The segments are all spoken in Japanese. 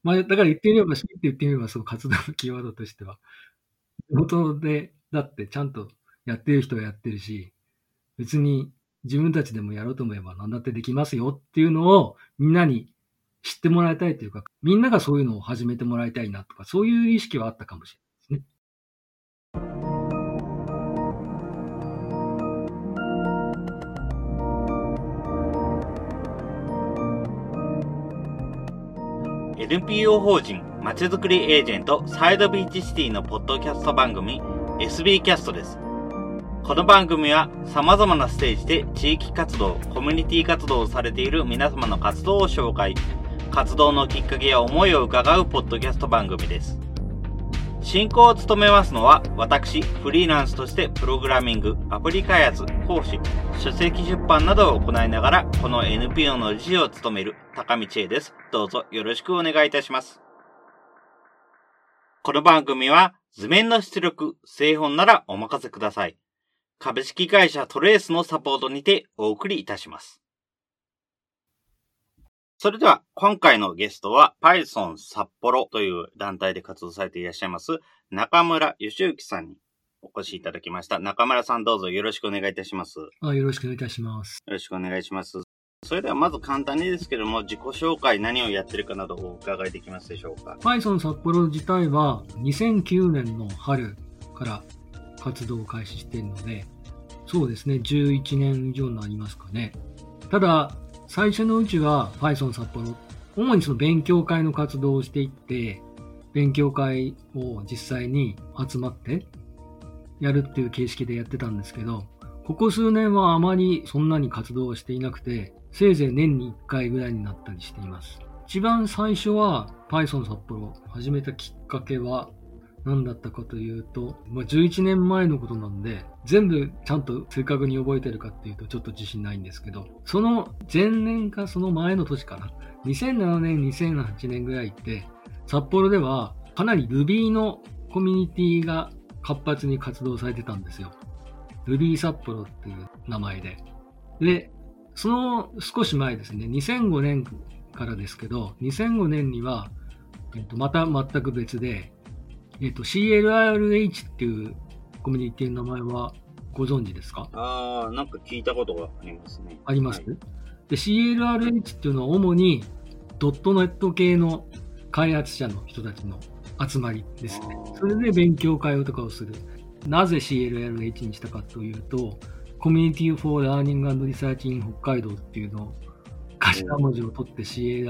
だから言ってみれば、強いて言ってみれば、その活動のキーワードとしては、地元で、だってちゃんとやってる人はやってるし、別に自分たちでもやろうと思えば何だってできますよっていうのをみんなに知ってもらいたいというか、みんながそういうのを始めてもらいたいなとか、そういう意識はあったかもしれないですね。 NPO 法人まちづくりエージェントサイドビーチシティのポッドキャスト番組 SB キャストです。この番組は様々なステージで地域活動、コミュニティ活動をされている皆様の活動を紹介、活動のきっかけや思いを伺うポッドキャスト番組です。進行を務めますのは私、フリーランスとしてプログラミング、アプリ開発、講師、書籍出版などを行いながらこの NPO の理事を務める高道恵です。どうぞよろしくお願いいたします。この番組は図面の出力、製本ならお任せください。株式会社トレースのサポートにてお送りいたします。それでは今回のゲストは Python 札幌という団体で活動されていらっしゃいます中村義之さんにお越しいただきました。中村さん、どうぞよろしくお願いいたします。 よろしくお願いいたします。 よろしくお願いします。それではまず簡単にですけども、自己紹介、何をやってるかなどお伺いできますでしょうか。 Python 札幌自体は2009年の春から活動を開始しているので、そうですね、11年以上になりますかね。ただ、最初のうちは Python 札幌、主にその勉強会の活動をしていって、勉強会を実際に集まってやるっていう形式でやってたんですけど、ここ数年はあまりそんなに活動をしていなくて、せいぜい年に1回ぐらいになったりしています。一番最初は Python 札幌を始めたきっかけは何だったかというと、11年前のことなんで、全部ちゃんと正確に覚えてるかっていうとちょっと自信ないんですけど、その前年かその前の年かな、2007年、2008年ぐらいって、札幌ではかなり Ruby のコミュニティが活発に活動されてたんですよ。Ruby 札幌っていう名前で。で、その少し前ですね、2005年からですけど、2005年には、また全く別で、CLRH っていうコミュニティの名前はご存知ですか？ なんか聞いたことがありますね。 あります、 はい、 で、CLRH っていうのは主にドットネット系の開発者の人たちの集まりですね。それで勉強会とかをする。なぜ CLRH にしたかというと、Community for Learning and Research in 北海道っていうのを頭文字を取って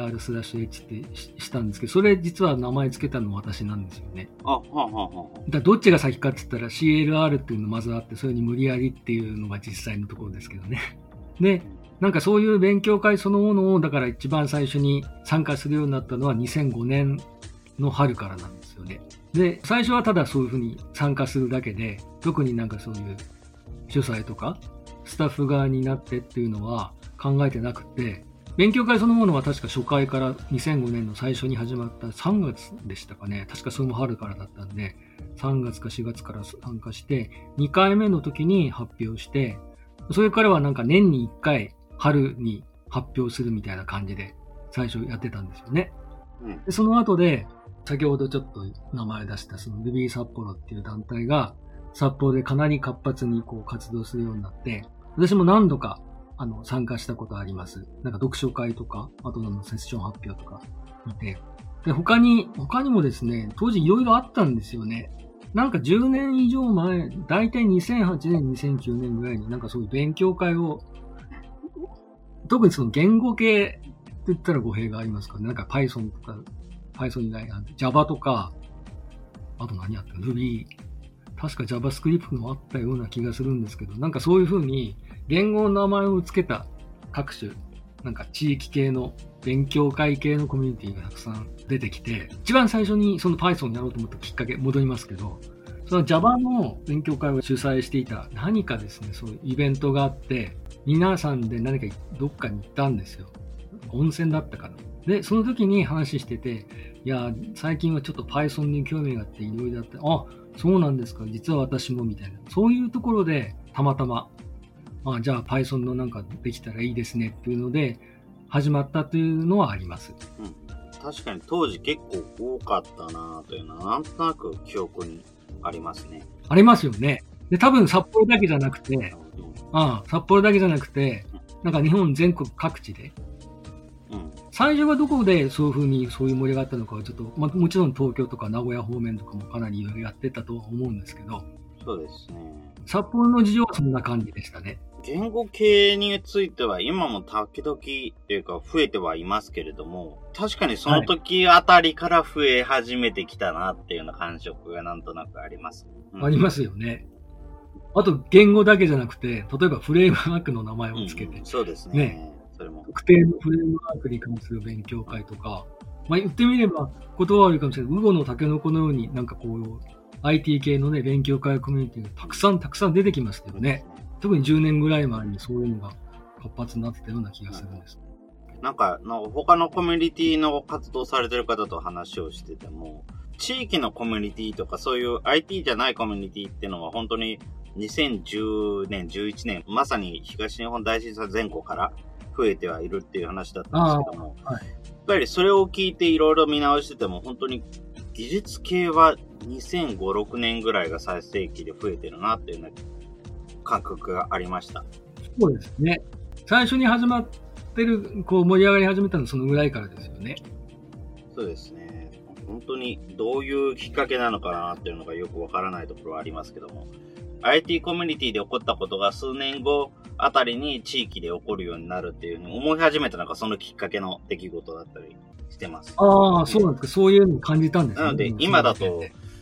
CLR/H ってしたんですけど、それ実は名前つけたの私なんですよね。だどっちが先かって言ったら CLR っていうのまずあって、それに無理やりっていうのが実際のところですけどね。で、なんかそういう勉強会そのものを、だから一番最初に参加するようになったのは2005年の春からなんですよね。で、最初はただそういうふうに参加するだけで、特になんかそういう主催とかスタッフ側になってっていうのは考えてなくて、勉強会そのものは確か初回から2005年の最初に始まった3月でしたかね。確かそれも春からだったんで、3月か4月から参加して、2回目の時に発表して、それからはなんか年に1回春に発表するみたいな感じで最初やってたんですよね。でその後で、先ほどちょっと名前出したその Ruby 札幌っていう団体が札幌でかなり活発にこう活動するようになって、私も何度か参加したことあります。なんか読書会とか、あとセッション発表とか見て。で、他にもですね、当時いろいろあったんですよね。なんか10年以上前、だいたい2008年、2009年ぐらいになんかそういう勉強会を、特にその言語系って言ったら語弊がありますかね。なんか Python とか、Python 以外、Java とか、あと何やったか、Ruby、確か JavaScript もあったような気がするんですけど、なんかそういう風に言語の名前をつけた各種、なんか地域系の勉強会系のコミュニティがたくさん出てきて、一番最初にその Python やろうと思ったきっかけ、戻りますけど、その Java の勉強会を主催していた何かですね、そういうイベントがあって、皆さんで何かどっかに行ったんですよ。温泉だったかな。で、その時に話してて、いや、最近はちょっと Python に興味があっていろいろあって、あ、そうなんですか、実は私もみたいな。そういうところでたまたま、じゃあ Python のなんかできたらいいですねっていうので始まったというのはあります。 確かに当時結構多かったなというのはなんとなく記憶にありますね。 ありますよね。で、多分札幌だけじゃなくて、札幌だけじゃなくて、なんか日本全国各地で、最初はどこでそういう風にそういう盛り上がったのかはちょっと、もちろん東京とか名古屋方面とかもかなりいろいろやってたとは思うんですけど、 そうですね。 札幌の事情はそんな感じでしたね。 言語系については今も時々っていうか増えてはいますけれども、確かにその時あたりから増え始めてきたなっていうような感触がなんとなくあります。 ありますよね。あと言語だけじゃなくて、例えばフレームワークの名前をつけて、 そうですね。それも特定のフレームワークに関する勉強会とか、言ってみれば言葉は悪いかもしれない。ウゴのタケノコのようになんかこう IT 系のね勉強会コミュニティがたくさん出てきますけどね。特に10年ぐらい前にそういうのが活発になってたような気がするんです。 なんか他のコミュニティの活動されてる方と話をしてても、地域のコミュニティとかそういう IT じゃないコミュニティっていうのは本当に2010年、11年、まさに東日本大震災前後から増えてはいるっていう話だったんですけども、やっぱりそれを聞いていろいろ見直してても本当に技術系は2005、6年ぐらいが最盛期で増えてるなっていうような感覚がありました。 そうですね。最初に始まってる、こう盛り上がり始めたのはそのぐらいからですよね。 そうですね。本当にどういうきっかけなのかなっていうのがよくわからないところはありますけども、IT コミュニティで起こったことが数年後あたりに地域で起こるようになるっていうのを思い始めたのがそのきっかけの出来事だったりしてます。 そうなんですか。そういうのを感じたんですね。 なので今だと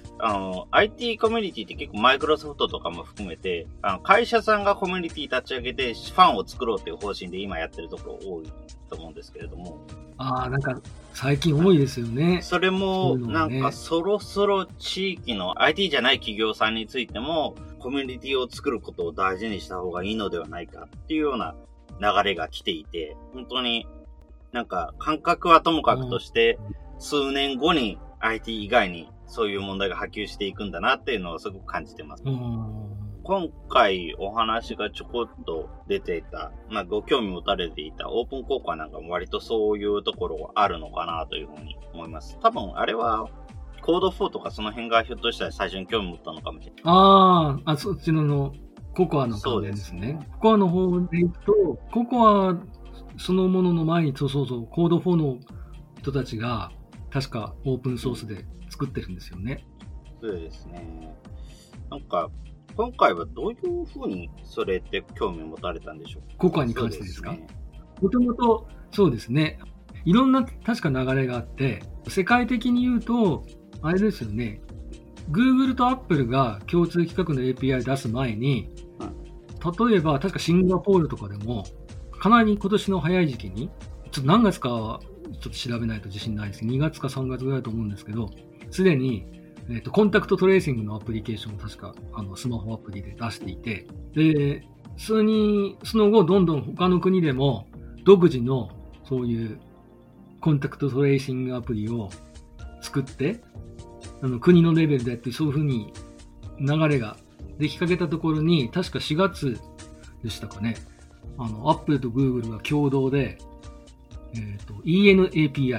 IT コミュニティって結構マイクロソフトとかも含めて、会社さんがコミュニティ立ち上げてファンを作ろうという方針で今やってるところ多いと思うんですけれども。 なんか最近多いですよね。 それもなんかそろそろ地域の IT じゃない企業さんについてもコミュニティを作ることを大事にした方がいいのではないかっていうような流れが来ていて、本当になんか感覚はともかくとして数年後に IT 以外にそういう問題が波及していくんだなっていうのをすごく感じてます。今回お話がちょこっと出ていた、ご興味持たれていたオープンココアなんかも割とそういうところがあるのかなというふうに思います。多分あれはコード4とかその辺がひょっとしたら最初に興味持ったのかもしれない。 そっちのココアの関連ですね。ココアの方で言うと、ココアそのものの前にコード4の人たちが確かオープンソースで作ってるんですよね。 そうですね。なんか今回はどういうふうにそれって興味を持たれたんでしょうか。 ココアに関してですか。もともとそうですね。いろんな確か流れがあって、世界的に言うとあれですよね。Google と Apple が共通規格の API 出す前に、例えば確かシンガポールとかでもかなり今年の早い時期に、ちょっと何月かはちょっと調べないと自信ないです。2月か3月ぐらいだと思うんですけど、すでにコンタクトトレーシングのアプリケーションを確かスマホアプリで出していて、で、その後どんどん他の国でも独自のそういうコンタクトトレーシングアプリを作って、国のレベルでやってそういうふうに流れができかけたところに、確か4月でしたかね、Apple と Google が共同で、EN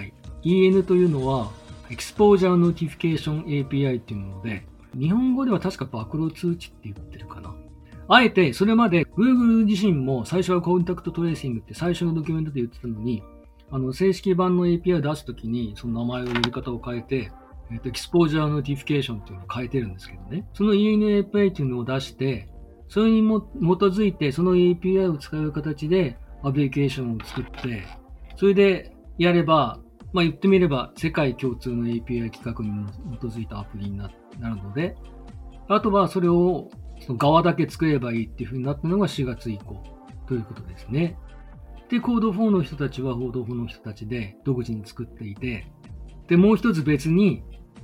API。EN というのはExposure Notification API っていうもので、日本語では確か暴露通知って言ってるかな。あえてそれまで Google 自身も最初はコンタクトトレーシングって最初のドキュメントで言ってたのに、正式版の API を出すときにその名前を呼び方を変えて、Exposure Notification っていうのを変えてるんですけどね。その EN API っていうのを出して、それに基づいてその API を使う形でアプリケーションを作って、それでやれば、言ってみれば世界共通の API 規格に基づいたアプリになるので、あとはそれをその側だけ作ればいいっていう風になったのが4月以降ということですね。で、コード4の人たちはコード4の人たちで独自に作っていて、で、もう一つ別に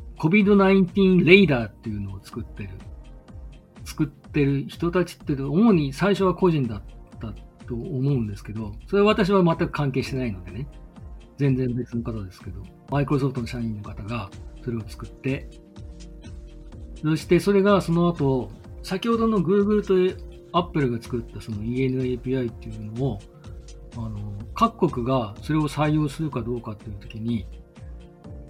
COVID-19 レイダーっていうのを作ってる人たちって主に最初は個人だったと思うんですけど、それは私は全く関係してないのでね。全然別の方ですけど、マイクロソフトの社員の方がそれを作って、そしてそれがその後、先ほどの Google と Apple が作ったその EN API っていうのを、各国がそれを採用するかどうかっていう時に、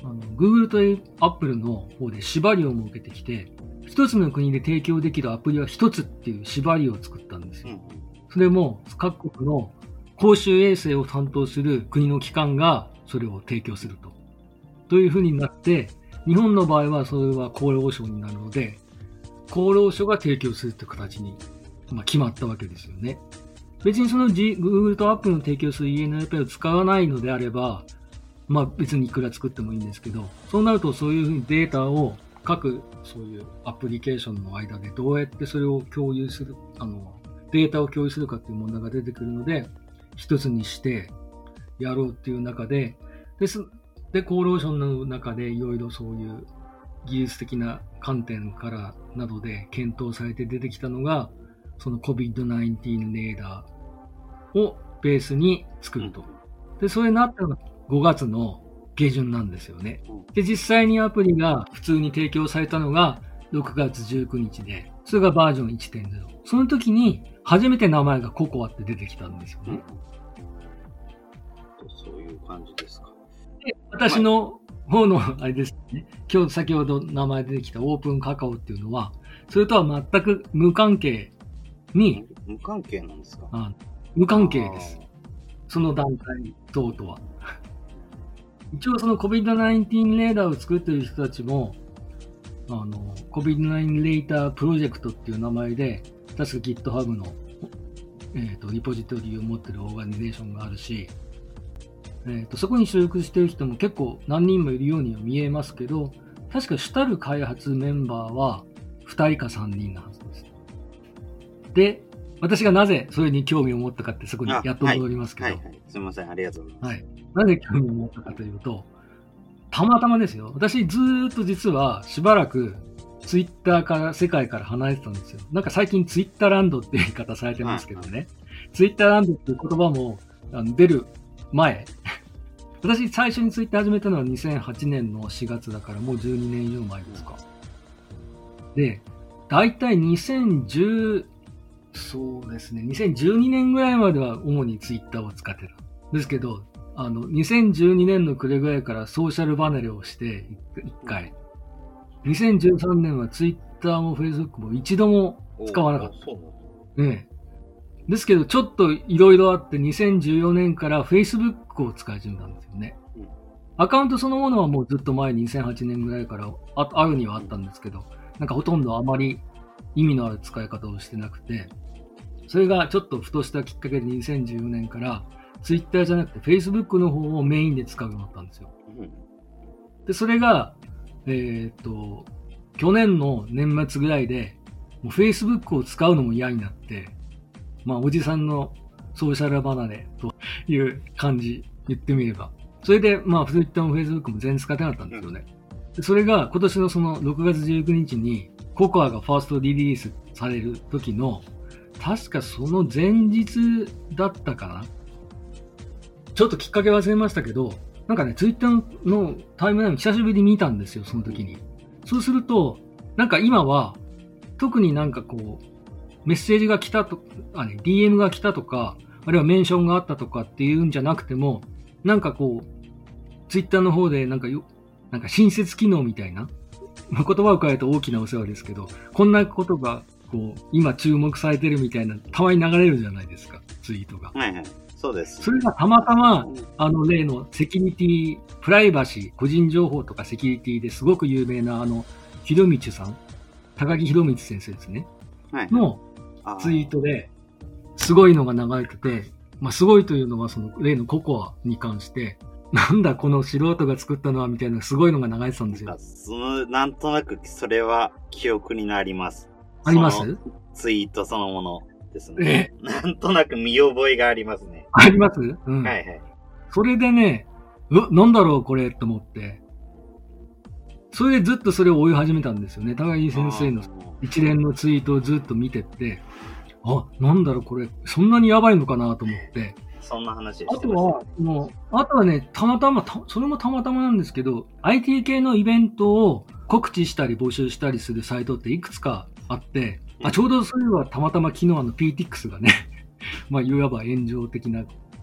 Google と Apple の方で縛りを設けてきて、一つの国で提供できるアプリは一つっていう縛りを作ったんですよ。それも各国の公衆衛生を担当する国の機関がそれを提供するというふうになって、日本の場合はそれは厚労省になるので、厚労省が提供するという形に、決まったわけですよね。別にその Google と Apple の提供する ENIP を使わないのであれば、別にいくら作ってもいいんですけど、そうなるとそういうふうにデータを各そういうアプリケーションの間でどうやってそれを共有する、データを共有するかっていう問題が出てくるので、一つにしてやろうっていう中で、で、厚労省の中でいろいろそういう技術的な観点からなどで検討されて出てきたのが、その COVID-19 レーダーをベースに作ると。で、それになったのが5月の下旬なんですよね。で、実際にアプリが普通に提供されたのが6月19日で、それがバージョン 1.0。その時に初めて名前がココアって出てきたんですよね。 そういう感じですか。 で、私の方のあれですね、今日先ほど名前出てきたオープンカカオっていうのは、それとは全く無関係に。 無関係なんですか？ 無関係です。その団体等とは。一応その COVID-19 レーダーを作っている人たちも、COVID-19 レーダープロジェクトっていう名前で、確か GitHub の、リポジトリを持ってるオーガニゼーションがあるし、そこに所属している人も結構何人もいるようには見えますけど、確か主たる開発メンバーは2人か3人のはずです。で、私がなぜそれに興味を持ったかってそこにやっと戻りますけど。 すみません、ありがとうございます。 なぜ興味を持ったかというと、たまたまですよ。私ずーっと実はしばらくツイッターから世界から離れてたんですよ。なんか最近ツイッターランドっていう言い方されてますけどね。ツイッターランドっていう言葉も出る前。私最初にツイッター始めたのは2008年の4月だからもう12年以上前ですか。で、だいたいそうですね。2012年ぐらいまでは主にツイッターを使ってた。ですけど、2012年の暮れぐらいからソーシャル離れをして、一回。2013年はツイッターもフェイスブックも一度も使わなかった。ねえ。ですけど、ちょっといろいろあって、2014年からフェイスブックを使い始めたんですよね。アカウントそのものはもうずっと前に2008年ぐらいからあるにはあったんですけど、なんかほとんどあまり意味のある使い方をしてなくて、それがちょっとふとしたきっかけで2014年からツイッターじゃなくてフェイスブックの方をメインで使うようになったんですよ。で、それが、去年の年末ぐらいで、もうフェイスブックを使うのも嫌になって、おじさんのソーシャル離れという感じ、言ってみれば。それで、ツイッターもフェイスブックも全然使ってなかったんですよね。でそれが今年のその6月19日にココアがファーストリリースされる時の、確かその前日だったかな。ちょっときっかけ忘れましたけど、なんかね、ツイッターのタイムライン久しぶりに見たんですよ、その時に。そうすると、なんか今は、特になんかこう、メッセージが来たと、DM が来たとか、あるいはメンションがあったとかっていうんじゃなくても、なんかこう、ツイッターの方でなんか親切機能みたいな、言葉を変えると大きなお世話ですけど、こんなことが、こう、今注目されてるみたいな、たまに流れるじゃないですか、ツイートが。 そうです。 それがたまたま、例のセキュリティ、プライバシー、個人情報とかセキュリティですごく有名なひろみちさん、高木ひろみち先生ですね。のツイートで、すごいのが流れてて、すごいというのはその例のココアに関して、なんだこの素人が作ったのはみたいなすごいのが流れてたんですよ。 なんとなくそれは記憶になります。 あります？ ツイートそのものですね。なんとなく見覚えがありますね。 あります？うん。それでね、なんだろうこれと思って、それでずっとそれを追い始めたんですよね。高木先生の一連のツイートをずっと見てって、なんだろうこれ、そんなにやばいのかなと思って。 そんな話してました。あとはね、たまたま、それもたまたまなんですけど、IT 系のイベントを告知したり募集したりするサイトっていくつかあって、ちょうどそれはたまたま昨日PTX がね、いわば炎上的な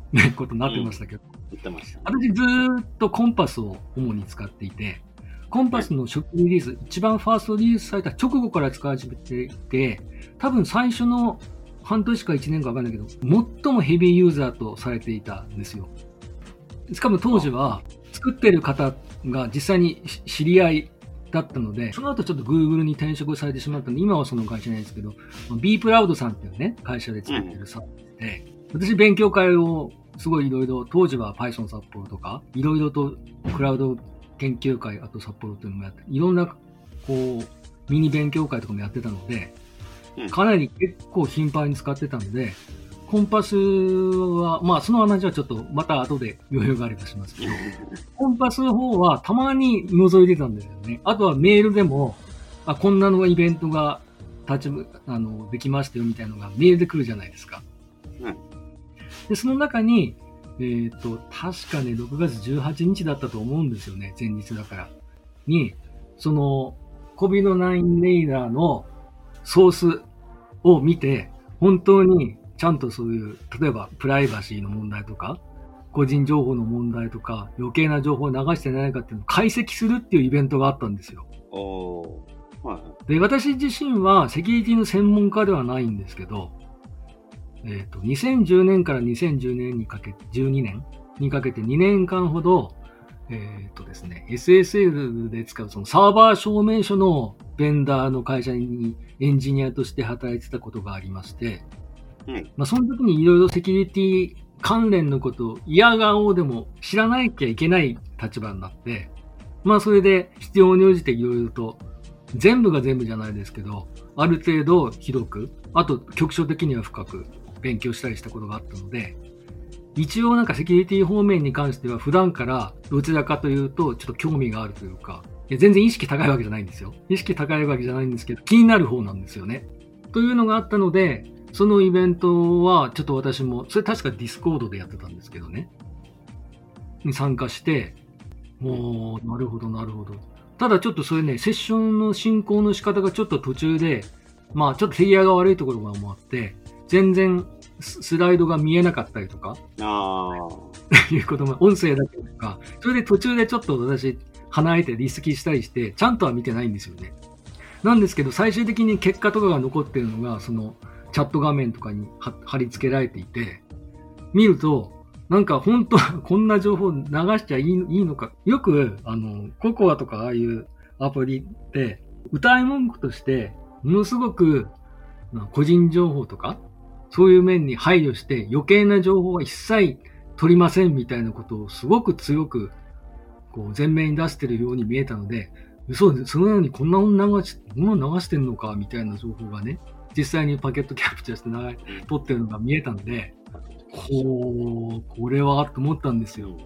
ね、ことになってましたけど、 言ってました。 私ずーっとコンパスを主に使っていて、コンパスの初期リリース、一番ファーストリリースされた直後から使い始めていて、多分最初の半年か1年かわかんないけど、最もヘビーユーザーとされていたんですよ。しかも当時は作ってる方が実際に知り合いだったので、その後ちょっと Google に転職されてしまったので、今はその会社ないですけど、B プラウドさんっていうね、会社で作ってるサービスで、私勉強会をすごいいろいろ、当時は Python 札幌とか、いろいろとクラウド研究会、あと札幌っていうのもやって、いろんな、こう、ミニ勉強会とかもやってたので、かなり結構頻繁に使ってたので、コンパスは、まあその話はちょっとまた後で余裕があればしますけど、コンパスの方はたまに覗いてたんですよね。あとはメールでも、こんなのイベントができましたよみたいなのがメールで来るじゃないですか。で、その中に、確かね、6月18日だったと思うんですよね、前日だから。に、その、COVID-9 レイダーのソースを見て、本当にちゃんとそういう、例えばプライバシーの問題とか、個人情報の問題とか、余計な情報を流してないかっていうのを解析するっていうイベントがあったんですよ。で、私自身はセキュリティの専門家ではないんですけど、2010年から2010年にかけて、12年にかけて2年間ほど、ですね、SSL で使うそのサーバー証明書のベンダーの会社にエンジニアとして働いてたことがありまして、その時にいろいろセキュリティ関連のことを嫌顔でも知らなきゃいけない立場になって、それで必要に応じていろいろと、全部が全部じゃないですけど、ある程度広く、あと局所的には深く勉強したりしたことがあったので、一応なんかセキュリティ方面に関しては普段からどちらかというとちょっと興味があるというか、全然意識高いわけじゃないんですよ。意識高いわけじゃないんですけど、気になる方なんですよね。というのがあったので、そのイベントはちょっと私も、それ確かディスコードでやってたんですけどね。に参加して、もう、なるほど、なるほど。ただちょっとそれね、セッションの進行の仕方がちょっと途中で、ちょっと手際が悪いところがあって、全然スライドが見えなかったりとか、いうことも、音声だけとか、それで途中でちょっと私、離れてリスキしたりして、ちゃんとは見てないんですよね。なんですけど、最終的に結果とかが残ってるのが、その、チャット画面とかに貼り付けられていて、見ると、なんか本当こんな情報流しちゃいいのか。よく、ココアとかああいうアプリって、歌い文句として、ものすごく、個人情報とか、そういう面に配慮して余計な情報は一切取りませんみたいなことをすごく強く、こう前面に出してるように見えたので、そのようにこんなもの流してんのかみたいな情報がね、実際にパケットキャプチャーして取ってるのが見えたので、これはと思ったんですよ。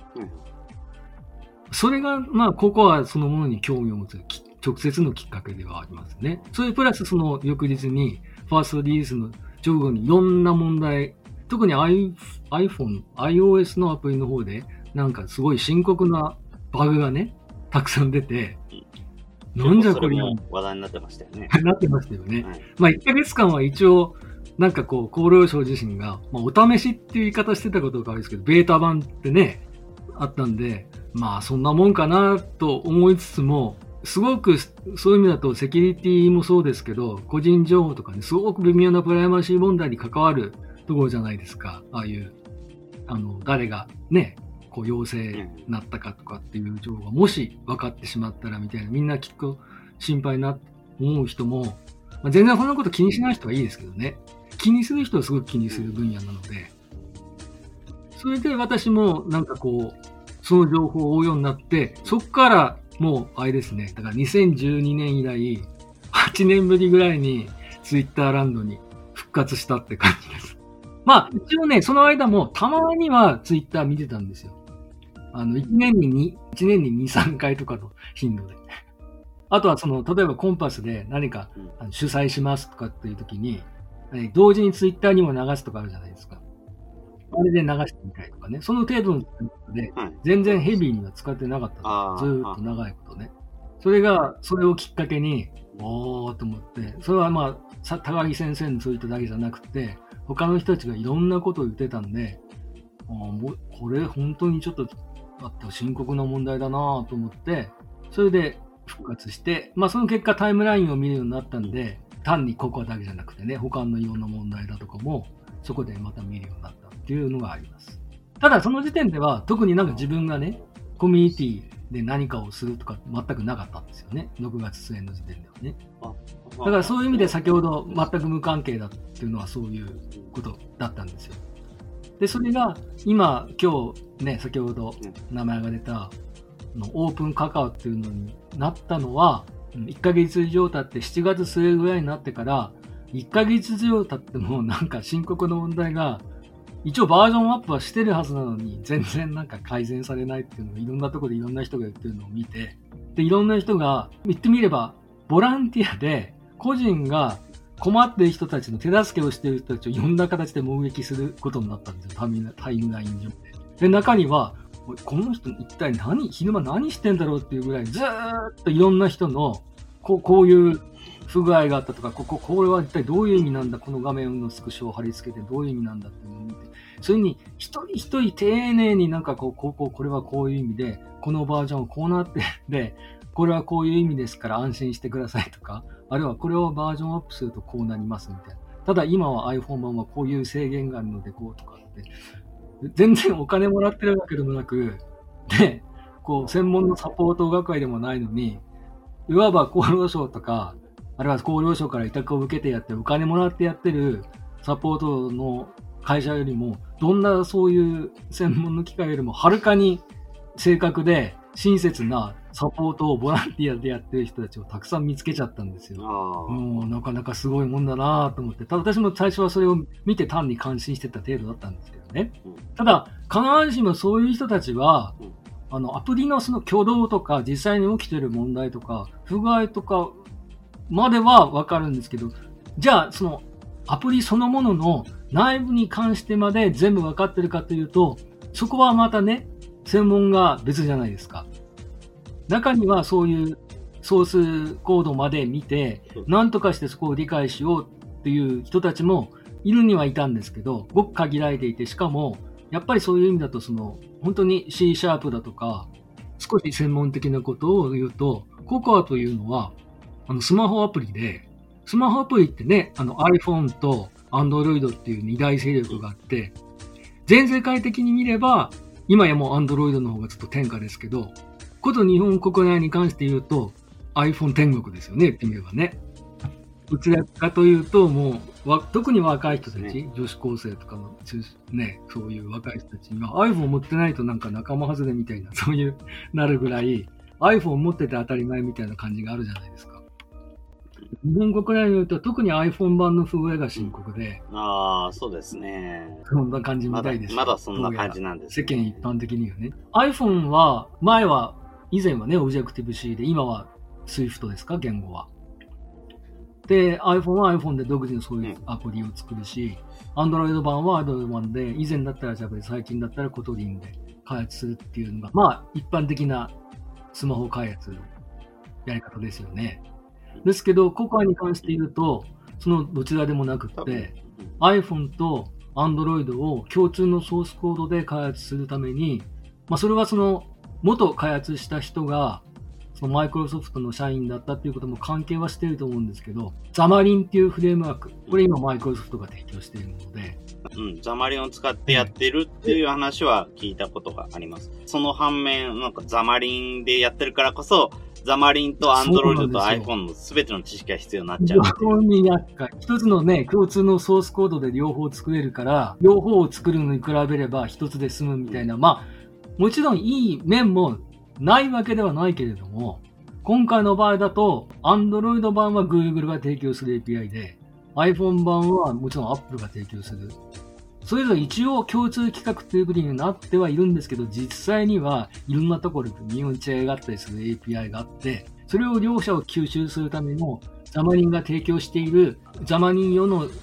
それが、ここはそのものに興味を持つ直接のきっかけではありますね。それプラスその翌日に、ファーストリリースの直後にいろんな問題、特に iOS のアプリの方で、なんかすごい深刻なバグがね、たくさん出て、なんじゃこれも話題になってましたよね。 なってましたよね。1ヶ月間は一応、なんかこう、厚労省自身が、お試しっていう言い方してたことがあるんですけど、ベータ版ってね、あったんで、そんなもんかなと思いつつも、すごくそういう意味だとセキュリティもそうですけど、個人情報とかね、すごく微妙なプライバシー問題に関わるところじゃないですか。ああいう、誰がね、こう陽性になったかとかっていう情報がもし分かってしまったらみたいな、みんなきっと心配な思う人も、全然そんなこと気にしない人はいいですけどね。気にする人はすごく気にする分野なので、それで私もなんかこう、その情報を追うようになって、そこからもうあれですね、だから2012年以来、8年ぶりぐらいにツイッターランドに復活したって感じです。一応ね、その間もたまにはツイッター見てたんですよ。1年に2、3回とかの頻度で。あとは例えばコンパスで何か主催しますとかっていう時に、同時にツイッターにも流すとかあるじゃないですか。あれで流してみたいとかね。その程度ので、全然ヘビーには使ってなかったんです。ずーっと長いことね。それをきっかけに、おーと思って、それは高木先生のツイートだけじゃなくて、他の人たちがいろんなことを言ってたんで、 もうこれ本当にちょっと深刻な問題だなと思って、それで復活して、その結果タイムラインを見るようになったんで、単にココアだけじゃなくてね、他のいろんな問題だとかもそこでまた見るようになったっていうのがあります。ただその時点では特に自分がね、コミュニティで何かをするとか全くなかったんですよね。6月末の時点ではね。だからそういう意味で先ほど全く無関係だっていうのはそういうことだったんですよ。で、それが今日ね、先ほど名前が出たオープンカカオっていうのになったのは、1ヶ月以上経って7月末ぐらいになってから、1ヶ月以上経っても深刻な問題が、一応バージョンアップはしてるはずなのに、全然改善されないっていうのをいろんなところでいろんな人が言ってるのを見て、で、いろんな人が言ってみれば、ボランティアで個人が困っている人たちの手助けをしている人たちをいろんな形で目撃することになったんですよ。タイムライン上で。で、中には、この人一体昼間何してんだろうっていうぐらいずーっといろんな人のこういう不具合があったとか、これは一体どういう意味なんだ、この画面のスクショを貼り付けてどういう意味なんだっていうのを見て、それに一人一人丁寧にこれはこういう意味で、このバージョンはこうなってで、これはこういう意味ですから安心してくださいとか、あるいはこれをバージョンアップするとこうなりますみたいな。ただ今は iPhone 版はこういう制限があるのでこうとかって、全然お金もらってるわけでもなく、で、専門のサポート学会でもないのに、いわば厚労省とか、あるいは厚労省から委託を受けてやってお金もらってやってるサポートの会社よりも、どんなそういう専門の機関よりもはるかに正確で親切なサポートをボランティアでやってる人たちをたくさん見つけちゃったんですよ。なかなかすごいもんだなと思って。ただ私も最初はそれを見て単に感心してた程度だったんですけどね。ただ、必ずしもそういう人たちは、アプリのその挙動とか、実際に起きてる問題とか、不具合とかまではわかるんですけど、じゃあそのアプリそのものの内部に関してまで全部わかってるかというと、そこはまたね、専門が別じゃないですか。中にはそういうソースコードまで見て、何とかしてそこを理解しようっていう人たちもいるにはいたんですけど、ごく限られていて、しかも、やっぱりそういう意味だと、本当に C# だとか、少し専門的なことを言うと、ココアというのは、スマホアプリで、スマホアプリってね、iPhone と Android っていう二大勢力があって、全世界的に見れば、今やもう Android の方がちょっと天下ですけど、こと日本国内に関して言うと iPhone 天国ですよね、言ってみればね。どちらかというと、もう特に若い人たち、女子高生とかのね、そういう若い人たちには iPhone 持ってないと仲間外れみたいな、そういうなるぐらい iPhone 持ってて当たり前みたいな感じがあるじゃないですか。日本国内においては特に iPhone 版の不具合が深刻で。 そうですね。 そんな感じみたいです。 まだそんな感じなんです、 ね。世間一般的にはね。iPhone は、以前はね、Objective-C で、今は Swift ですか、言語は。で、iPhone は iPhone で独自のそういうアプリを作るし、Android 版は Android 版で、以前だったら Java で、最近だったら Kotlin で開発するっていうのが、一般的なスマホ開発のやり方ですよね。ですけど、ココアに関して言うと、そのどちらでもなくって、iPhone と Android を共通のソースコードで開発するために、それはその元開発した人が、そのマイクロソフトの社員だったっていうことも関係はしていると思うんですけど、ザマリンっていうフレームワーク、これ今マイクロソフトが提供しているので、 ザマリンを使ってやってるっていう話は聞いたことがあります。その反面、ザマリンでやってるからこそ、ザマリンと Android と iPhone の全ての知識が必要になっちゃう。 非常に厄介。一つのね、共通のソースコードで両方作れるから、両方を作るのに比べれば一つで済むみたいな、もちろんいい面もないわけではないけれども、今回の場合だと、Android 版は Google が提供する API で、iPhone 版はもちろん Apple が提供する。それぞれ一応共通規格という国になってはいるんですけど、実際にはいろんなところで日本違いがあったりする API があって、それを両者を吸収するためのザマリンが提供しているザマリン用の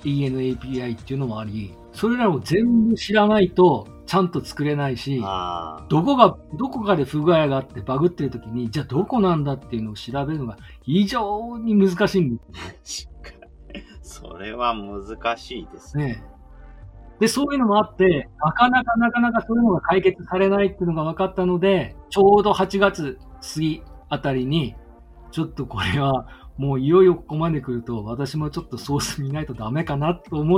EN API っていうのもあり、それらを全部知らないとちゃんと作れないし、どこかで不具合があってバグってる時に、じゃあどこなんだっていうのを調べるのが非常に難しいんです。 それは難しいですね。 で、そういうのもあって、なかなかそういうのが解決されないっていうのが分かったので、ちょうど8月過ぎあたりに、ちょっとこれはもういよいよここまで来ると、私もちょっとソース見ないとダメかなと思って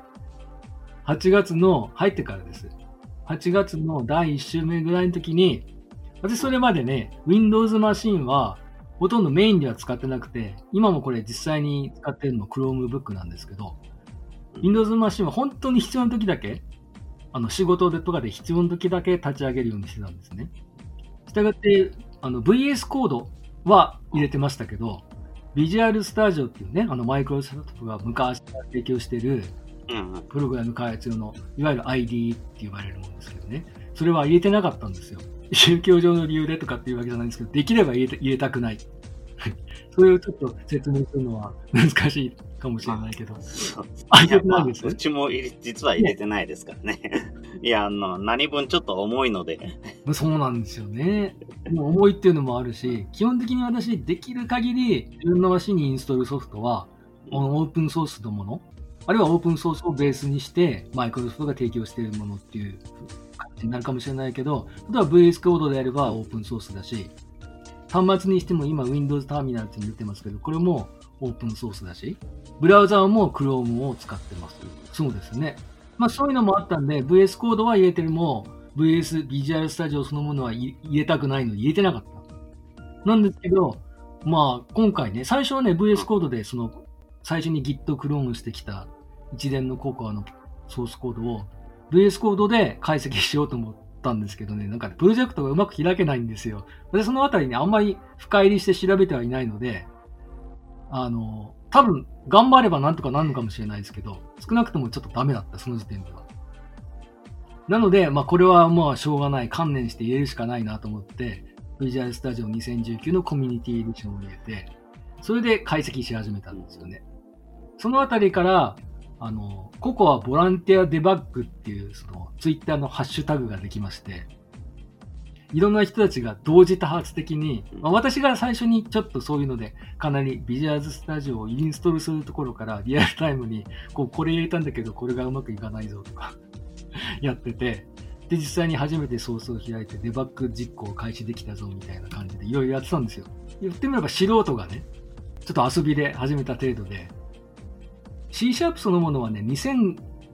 、8月の入ってからです。8月の第1週目ぐらいの時に、私それまでね、Windows マシンはほとんどメインでは使ってなくて、今もこれ実際に使ってるの Chromebook なんですけど、Windows マシンは本当に必要な時だけ、仕事でとかで必要な時だけ立ち上げるようにしてたんですね。したがって、VS コードは入れてましたけど、Visual Studio っていうね、マイクロソフトが昔から提供してる、プログラム開発用の、いわゆる IDE って言われるものですけどね。それは入れてなかったんですよ。宗教上の理由でとかっていうわけじゃないんですけど、できれば入れたくない。それをちょっと説明するのは難しいかもしれないけど。入れてないです。 うちも実は入れてないですからね。いや、何分ちょっと重いので。 そうなんですよね。もう重いっていうのもあるし、基本的に私、できる限り、自分のマシンにインストールソフトは、オープンソースのもの、あるいはオープンソースをベースにして、マイクロソフトが提供しているものっていう感じになるかもしれないけど、例えば VS コードであればオープンソースだし、端末にしても今 Windows ターミナルって出てますけど、これもオープンソースだし、ブラウザーも Chrome を使ってます。そうですね。そういうのもあったんで、VS コードは入れてるも、VS Visual Studio そのものは入れたくないので入れてなかった。なんですけど、今回ね、最初はね、VS コードで最初に Git クローンしてきた一連のココアのソースコードを VS コードで解析しようと思ったんですけどね、なんかプロジェクトがうまく開けないんですよ。で、そのあたりね、あんまり深入りして調べてはいないので、多分、頑張ればなんとかなるのかもしれないですけど、少なくともちょっとダメだった、その時点では。なので、これはしょうがない、観念して入れるしかないなと思って、Visual Studio 2019のコミュニティエディションを入れて、それで解析し始めたんですよね。そのあたりから、ココアボランティアデバッグっていう、ツイッターのハッシュタグができまして、いろんな人たちが同時多発的に、私が最初にちょっとそういうので、かなりビジュアルスタジオをインストールするところからリアルタイムに、これ入れたんだけど、これがうまくいかないぞとかやってて、で、実際に初めてソースを開いてデバッグ実行を開始できたぞみたいな感じでいろいろやってたんですよ。言ってみれば素人がね、ちょっと遊びで始めた程度で、C# そのものはね、2002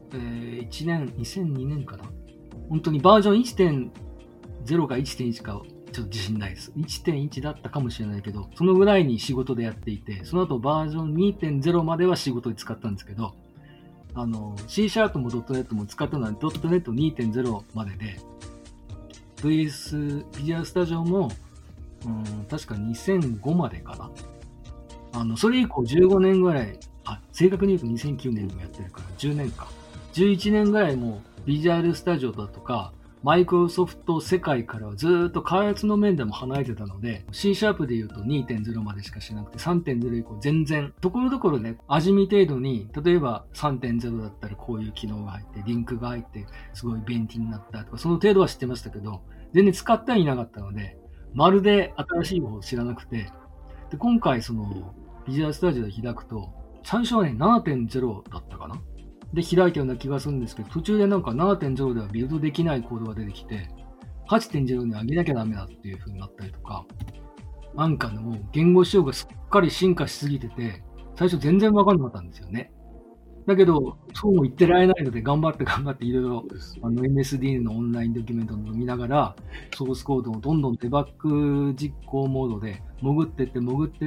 年かな。本当にバージョン 1.0 か 1.1 かちょっと自信ないです。1.1 だったかもしれないけど、そのぐらいに仕事でやっていて、その後バージョン 2.0 までは仕事で使ったんですけど、C# も .NET も使ったのは .NET 2.0 までで、VS Visual Studio も、確か2005までかな。それ以降15年ぐらい、正確に言うと2009年もやってるから10年か。11年ぐらいもビジュアルスタジオだとか、マイクロソフト世界からはずっと開発の面でも離れてたので、C# で言うと 2.0 までしかしなくて、3.0 以降全然、ところどころね、味見程度に、例えば 3.0 だったらこういう機能が入って、リンクが入って、すごい便利になったとか、その程度は知ってましたけど、全然使ってはいなかったので、まるで新しい方を知らなくて、で、今回ビジュアルスタジオで開くと、最初はね、7.0 だったかなで開いたような気がするんですけど、途中でなんか 7.0 ではビルドできないコードが出てきて、8.0 に上げなきゃダメだっていう風になったりとか、なんかもう言語仕様がすっかり進化しすぎてて、最初全然わかんなかったんですよね。だけど、そうも言ってられないので、頑張っていろいろ、MSD のオンラインドキュメントを見ながら、ソースコードをどんどんデバッグ実行モードで潜ってって、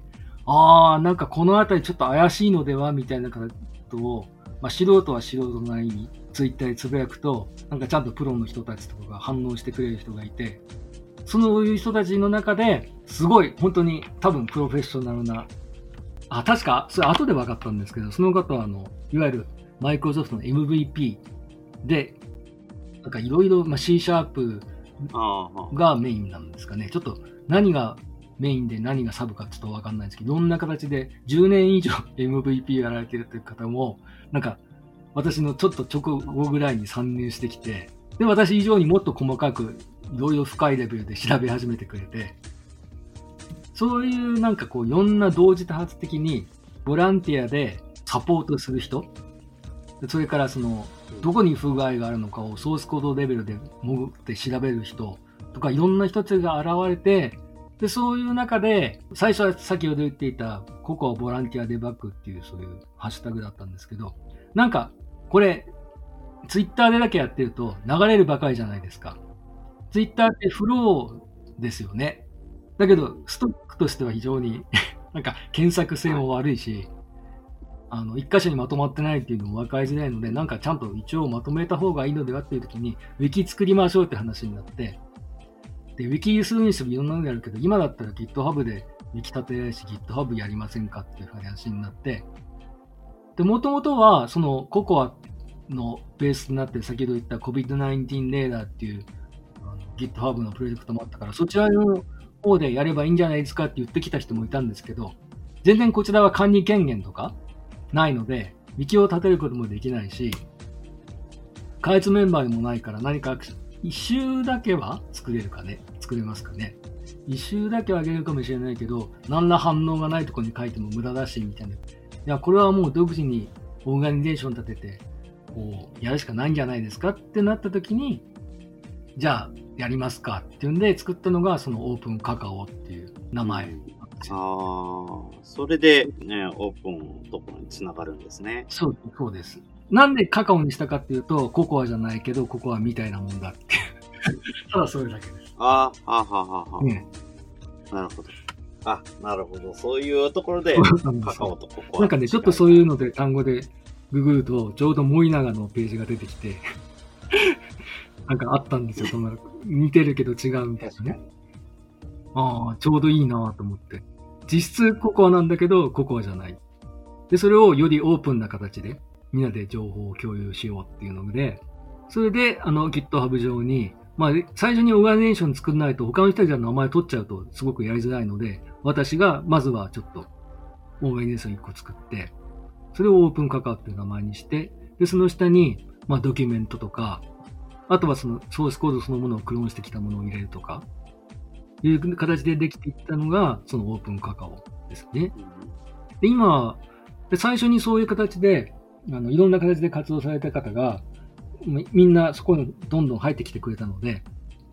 なんかこのあたりちょっと怪しいのではみたいなことを、素人は素人なりにツイッターでつぶやくと、なんかちゃんとプロの人たちとかが反応してくれる人がいて、そういう人たちの中で、すごい本当に多分プロフェッショナルな、確か、それ後で分かったんですけど、その方はいわゆるマイクロソフトの MVP で、なんかいろいろ C# がメインなんですかね。ちょっと何がメインで何がサブかちょっとわかんないんですけど、いろんな形で10年以上 MVP やられてるという方も、なんか私のちょっと直後ぐらいに参入してきて、で、私以上にもっと細かくいろいろ深いレベルで調べ始めてくれて、そういうなんかいろんな同時多発的にボランティアでサポートする人それからどこに不具合があるのかをソースコードレベルで潜って調べる人とかいろんな人たちが現れて、で、そういう中で、最初は先ほど言っていたココアボランティアデバッグっていうそういうハッシュタグだったんですけど、なんかこれツイッターでだけやってると流れるばかりじゃないですか。ツイッターってフローですよね。だけどストックとしては非常になんか検索性も悪いし、一箇所にまとまってないっていうのも分かりづらいので、なんかちゃんと一応まとめた方がいいのではっていう時に、ウィキ作りましょうって話になって、で、ウィキするにしてもいろんなのやるけど、今だったら GitHub でウィキ立てられるし、GitHub やりませんかっていう話になって、で、もともとは、そのココアのベースになって、先ほど言った COVID-19 レーダーっていうGitHub のプロジェクトもあったから、そちらの方でやればいいんじゃないですかって言ってきた人もいたんですけど、全然こちらは管理権限とかないので、ウィキを立てることもできないし、開発メンバーでもないから何か一周だけは作れますかね。一周だけはあげるかもしれないけど、何ら反応がないところに書いても無駄だし、みたいな。いや、これはもう独自にオーガニゼーション立てて、こう、やるしかないんじゃないですかってなった時に、じゃあ、やりますかっていうんで作ったのが、そのオープンカカオっていう名前。 それで、ね、オープンのところにつながるんですね。 そうです。なんでカカオにしたかっていうと、ココアじゃないけど、ココアみたいなもんだって。ただそれだけです。 なるほど。なるほど。そういうところで、カカオとココア。 なんかね、ちょっとそういうので単語でググると、ちょうど森永のページが出てきて、なんかあったんですよ。そんな似てるけど違うみたいなね。ちょうどいいなと思って。実質ココアなんだけど、ココアじゃない。で、それをよりオープンな形で、みんなで情報を共有しようっていうので、それで、GitHub 上に、最初にオーガニゼーション作らないと、他の人たちの名前取っちゃうとすごくやりづらいので、私がまずはちょっと、オーガニゼーション1個作って、それをオープンカカオっていう名前にして、で、その下に、ドキュメントとか、あとはそのソースコードそのものをクローンしてきたものを入れるとか、いう形でできていったのが、そのオープンカカオですね。で、今、最初にそういう形で、いろんな形で活動された方が、みんなそこにどんどん入ってきてくれたので、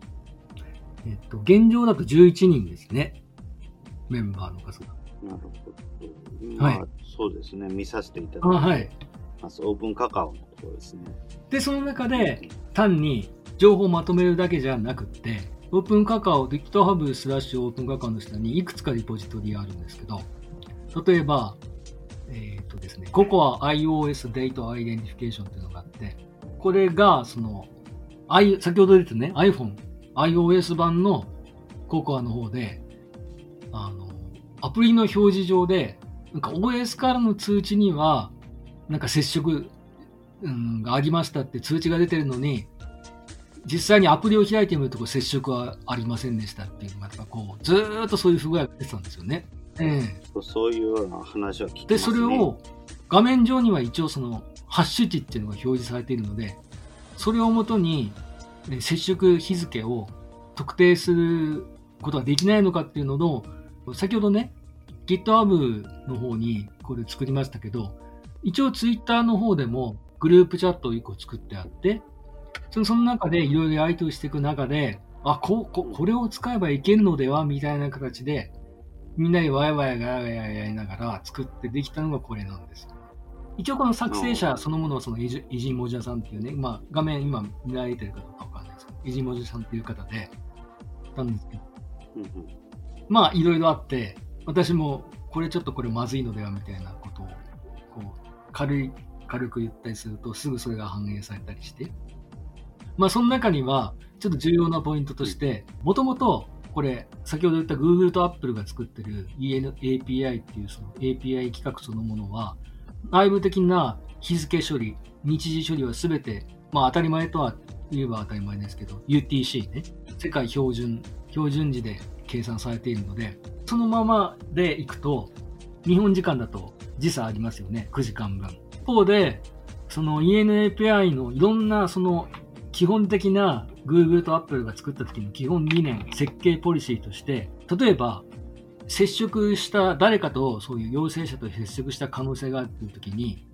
現状だと11人ですね。メンバーの数が。 なるほど。はい。そうですね。見させていただいて。はい。オープンカカオのところですね。 で、その中で単に情報をまとめるだけじゃなくって、オープンカカオ、GitHub/ オープンカカオの下にいくつかリポジトリがあるんですけど、例えば、ですね、ココア iOS Date Identification っていうのがあって、これが、先ほど出てね、iOS 版のココアの方で、アプリの表示上で、なんか OS からの通知には、なんか接触、がありましたって通知が出てるのに、実際にアプリを開いてみると接触はありませんでしたっていうのが、ずーっとそういう不具合が出てたんですよね。 そういうような話を聞きますね。 で、それを画面上には一応ハッシュ値っていうのが表示されているので、それをもとに接触日付を特定することができないのかっていうのの、先ほどね、GitHub の方にこれ作りましたけど、一応 Twitter の方でもグループチャットを1個作ってあって、その中でいろいろやり取りしていく中で、これを使えばいけるのではみたいな形で、みんなでワイワイガヤガヤやりながら作ってできたのがこれなんです。一応この作成者そのものはイジーモジャさんっていうね、画面今見られてるかどうかわかんないですけど、イジーモジャさんっていう方で、なんですけど、いろいろあって、私もこれちょっとこれまずいのではみたいなことをこう軽く言ったりするとすぐそれが反映されたりして、その中にはちょっと重要なポイントとして、もともとこれ先ほど言った Google と Apple が作ってる ENAPI っていうその API 規格そのものは、内部的な日付処理、日時処理はすべて、当たり前とは言えば当たり前ですけど、UTC ね、世界標準時で計算されているので、そのままでいくと、日本時間だと時差ありますよね、9時間分。一方で、その ENAPI のいろんなその基本的な Google と Apple が作った時の基本理念、設計ポリシーとして、例えば、接触した誰かとそういう陽性者と接触した可能性があるという時に、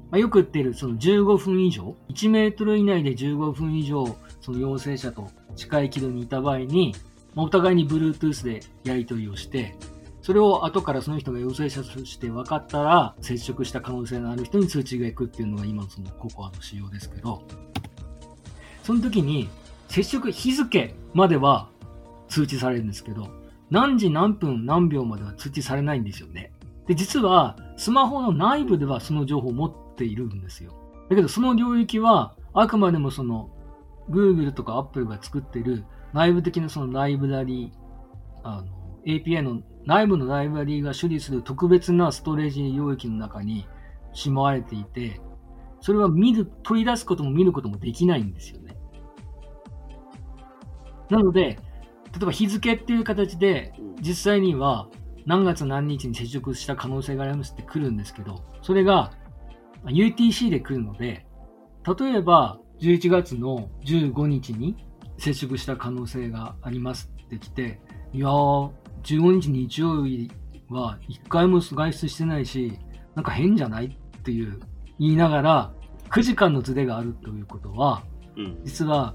よく言っているその15分以上、1メートル以内で15分以上、その陽性者と近い軌道にいた場合に、お互いに Bluetooth でやり取りをして、それを後からその人が陽性者として分かったら、接触した可能性のある人に通知が行くっていうのが今のそのココアの仕様ですけど、その時に接触日付までは通知されるんですけど、何時何分何秒までは通知されないんですよね。で、実はスマホの内部ではその情報を持っているんですよ。だけどその領域はあくまでもその Google とか Apple が作っている内部的なそのライブラリー、API の内部のライブラリーが処理する特別なストレージ領域の中にしまわれていて、それは取り出すことも見ることもできないんですよね。なので、例えば日付っていう形で実際には何月何日に接触した可能性がありますって来るんですけど、それが UTC で来るので、例えば11月の15日に接触した可能性がありますって来て、いやー、15日日曜日は1回も外出してないし、なんか変じゃないっていう言いながら、9時間のズレがあるということは、実は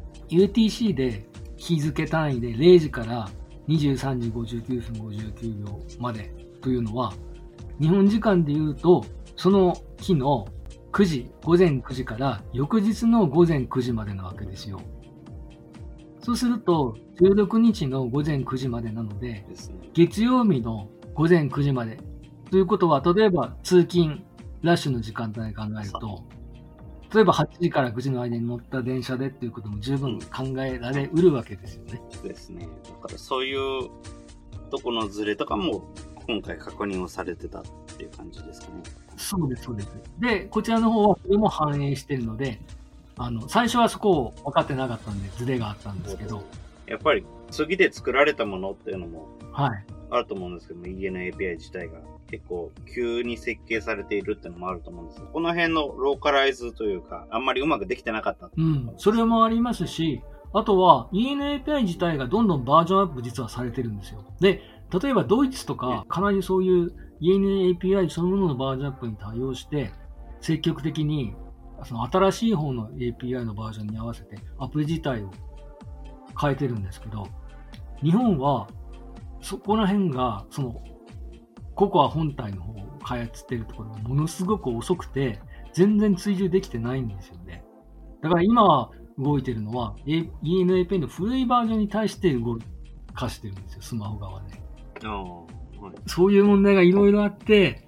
UTC で日付単位で0時から23時59分59秒までというのは、日本時間で言うと、その日の午前9時から翌日の午前9時までなわけですよ。そうすると、16日の午前9時までなので、月曜日の午前9時まで。ということは、例えば通勤ラッシュの時間帯で考えると、例えば8時から9時の間に乗った電車でっていうことも十分考えられうるわけですよね。 ですね。だからそういうとこのズレとかも今回確認をされてたっていう感じですかね。 そうです、そうです。で、こちらの方はそれも反映しているので、最初はそこを分かってなかったんで、ズレがあったんですけど。 やっぱり次で作られたものっていうのもはい。 あると思うんですけども、家の API 自体が結構急に設計されているっていうのもあると思うんですけど、この辺のローカライズというか、あんまりうまくできてなかった。 それもありますし、あとは家の API 自体がどんどんバージョンアップ実はされてるんですよ。で、例えばドイツとか、かなりそういう家の API そのもののバージョンアップに対応して、積極的にその新しい方の API のバージョンに合わせてアプリ自体を変えてるんですけど、日本はそこら辺がそのココア本体の方を開発しているところがものすごく遅くて全然追従できてないんですよね。だから今は動いてるのは ENAP の古いバージョンに対して動かしてるんですよ、スマホ側で。そういう問題がいろいろあって、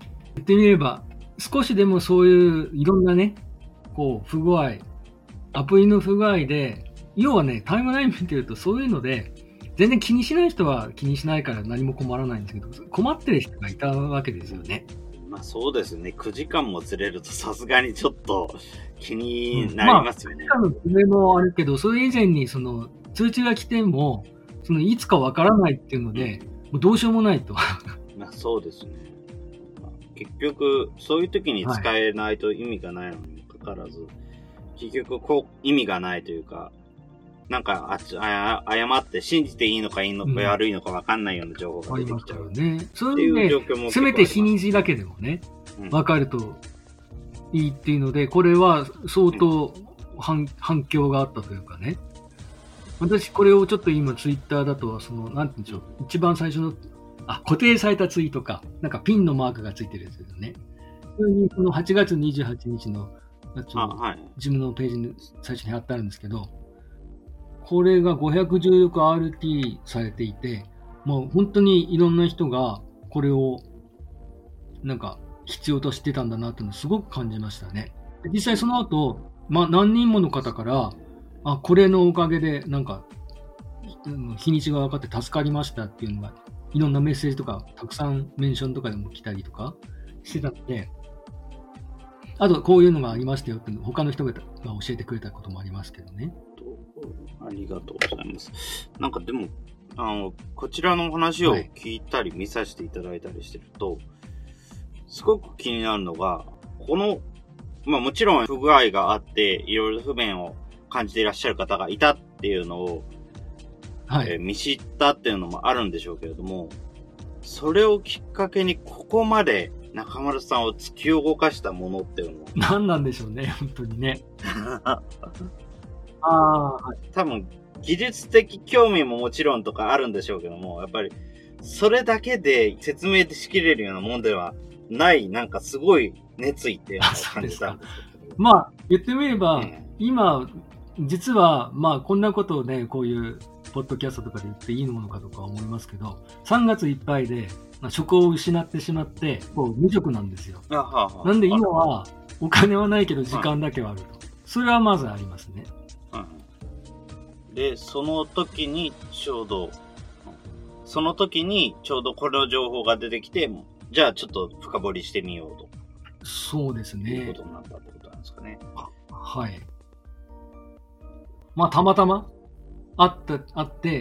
言ってみれば少しでもそういういろんなね、こう不具合、アプリの不具合で、要はね、タイムライン見てるとそういうので、全然気にしない人は気にしないから何も困らないんですけど、困ってる人がいたわけですよね。 まあそうですね。9時間もずれるとさすがにちょっと気になりますよね。 9時間のずれもあるけど、それ以前にその通知が来ても、そのいつかわからないっていうので、もうどうしようもないと。 まあそうですね。結局、そういう時に使えないと意味がないのにかかわらず、結局こう意味がないというか、なんか誤って信じていいのか悪いのか分かんないような情報が出てきちゃう。 ね。そういう状況もせめて日にちだけでもね、分かるといいっていうので、これは相当反響があったというかね。私これをちょっと今ツイッターだと、なんて言うんでしょう、一番最初の、固定されたツイートか、なんかピンのマークがついてるやつですよね。普通にこの8月28日のやつを自分のページに最初に貼ってあるんですけど、これが 516RT されていて、もう本当にいろんな人がこれをなんか必要としてたんだなっていうのをすごく感じましたね。実際その後、何人もの方から、これのおかげでなんか日にちが分かって助かりましたっていうのが、いろんなメッセージとかたくさんメンションとかでも来たりとかしてたので、あとこういうのがありましたよって他の人が教えてくれたこともありますけどね。 ありがとうございます。なんかでも、こちらの話を聞いたり見させていただいたりしてると、すごく気になるのが、もちろん不具合があって、いろいろ不便を感じていらっしゃる方がいたっていうのを、見知ったっていうのもあるんでしょうけれども、それをきっかけにここまで中丸さんを突き動かしたものっていうのは何なんでしょうね、本当にね。はい、 多分、技術的興味ももちろんとかあるんでしょうけども、やっぱり、それだけで説明しきれるようなもんではない、なんかすごい熱意っていうのを感じたんですけど。 まあ、言ってみれば、今、実は、まあ、こんなことをね、こういう、ポッドキャストとかで言っていいのかとか思いますけど、3月いっぱいで、職を失ってしまって、無職なんですよ。なんで今は、お金はないけど時間だけはあると。それはまずありますね。 で、その時にちょうどこの情報が出てきて、じゃあちょっと深掘りしてみようと。 そうですね。 いうことになったってことなんですかね。 はい。まあ、たまたまあって、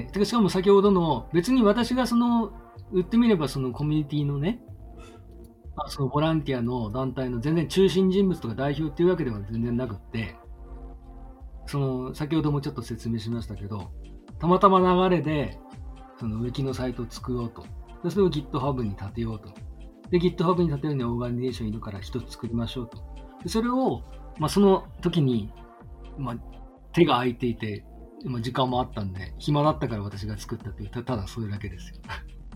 しかも先ほどの、別に私が言ってみればそのコミュニティのね、そのボランティアの団体の全然中心人物とか代表っていうわけでは全然なくって、先ほどもちょっと説明しましたけど、たまたま流れで、ウィキのサイトを作ろうと。でそれを GitHub に立てようと。で、GitHub に立てるにはオーガニゼーションいるから一つ作りましょうと。でそれを、その時に、手が空いていて、時間もあったんで、暇だったから私が作ったっていう、ただそれだけですよ。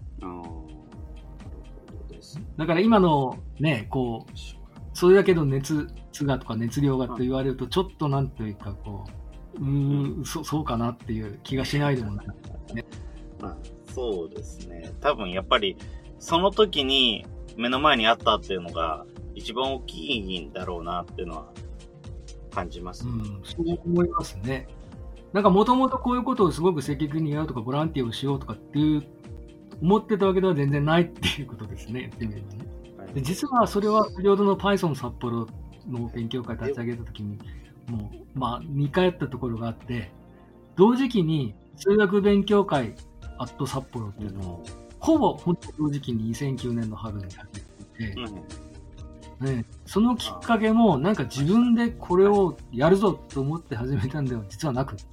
だから今のね、それだけの熱がとか熱量がと言われると、ちょっとなんというか、そうかなっていう気がしないでもないね。 そうですね。多分やっぱり、その時に目の前にあったっていうのが一番大きいんだろうなっていうのは感じます、ね。 そう思いますね。なんかもともとこういうことをすごく積極的にやるとか、ボランティアをしようとかっていう、思ってたわけでは全然ないっていうことですね、言ってみればね。で実はそれは先ほどの Python 札幌の勉強会立ち上げたときに、もう、2回やったところがあって、同時期に数学勉強会札幌っていうのを、ほぼ本当同時期に2009年の春に始めていて、ね、そのきっかけもなんか自分でこれをやるぞと思って始めたんでは実はなくって、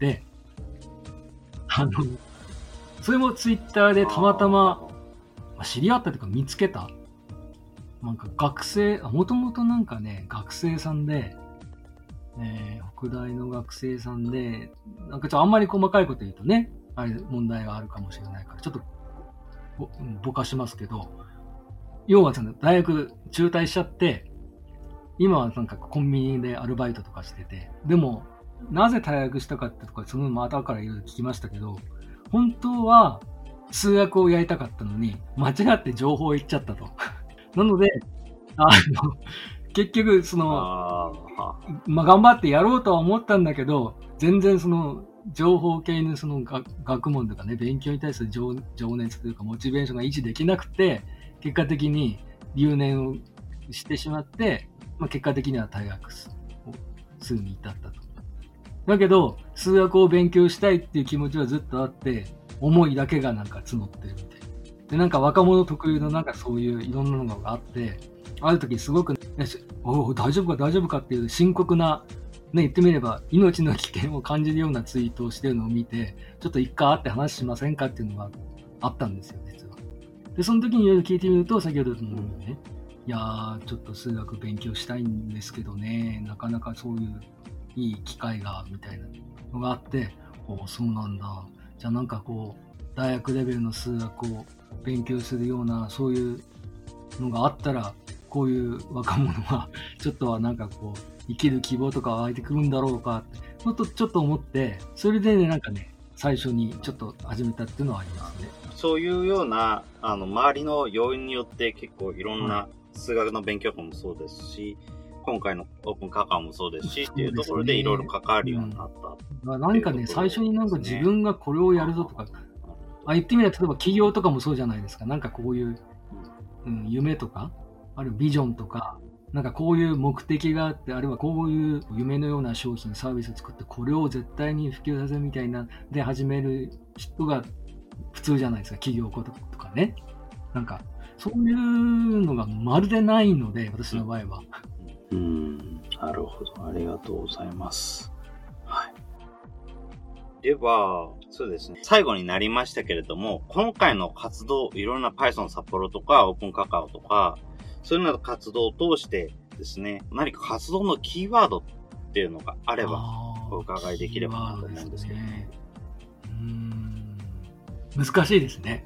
それもツイッターでたまたま知り合ったというか見つけた。なんかもともとなんかね、学生さんで、北大の学生さんで、なんかあんまり細かいこと言うとね、あれ問題があるかもしれないから、ちょっとぼかしますけど、要は大学中退しちゃって、今はなんかコンビニでアルバイトとかしてて、でも、なぜ退学したかってとか、その後からいろいろ聞きましたけど、本当は数学をやりたかったのに、間違って情報を言っちゃったと。なので、結局、頑張ってやろうとは思ったんだけど、全然情報系の学問とかね、勉強に対する情熱というか、モチベーションが維持できなくて、結果的に留年をしてしまって、結果的には退学するに至ったと。だけど、数学を勉強したいっていう気持ちはずっとあって、思いだけがなんか募ってるみたいな。で、なんか若者特有のなんかそういういろんなのがあって、ある時すごく、大丈夫かっていう深刻な、ね、言ってみれば命の危険を感じるようなツイートをしてるのを見て、ちょっと一回会って話しませんかっていうのがあったんですよ、実は。で、その時にいろいろ聞いてみると、先ほどのようにね、いやー、ちょっと数学勉強したいんですけどね、なかなかそういういい機会が、みたいなのがあって、そうなんだ。じゃあなんか大学レベルの数学を勉強するような、そういうのがあったら、こういう若者は、ちょっとはなんか生きる希望とか湧いてくるんだろうかって、ちょっと思って、それでね、なんかね、最初にちょっと始めたっていうのはありますね。 そういうような、周りの要因によって結構いろんな数学の勉強会もそうですし、今回のオープンカカオもそうですし、っていうところでいろいろ関わるようになった。 なんかね、最初になんか自分がこれをやるぞとか、言ってみれば例えば企業とかもそうじゃないですか。なんかこういう、夢とか、あるいはビジョンとか、なんかこういう目的があって、あるいはこういう夢のような商品、サービスを作って、これを絶対に普及させるみたいなで始める人が普通じゃないですか。企業とかね。なんか、そういうのがまるでないので、私の場合は。 なるほど。ありがとうございます。はい。では、そうですね。最後になりましたけれども、今回の活動、いろんな Python 札幌とか、オープンカカオとか、 そういうような活動を通してですね、何か活動のキーワードっていうのがあれば、お伺いできればなと思うんですけどね。 難しいですね。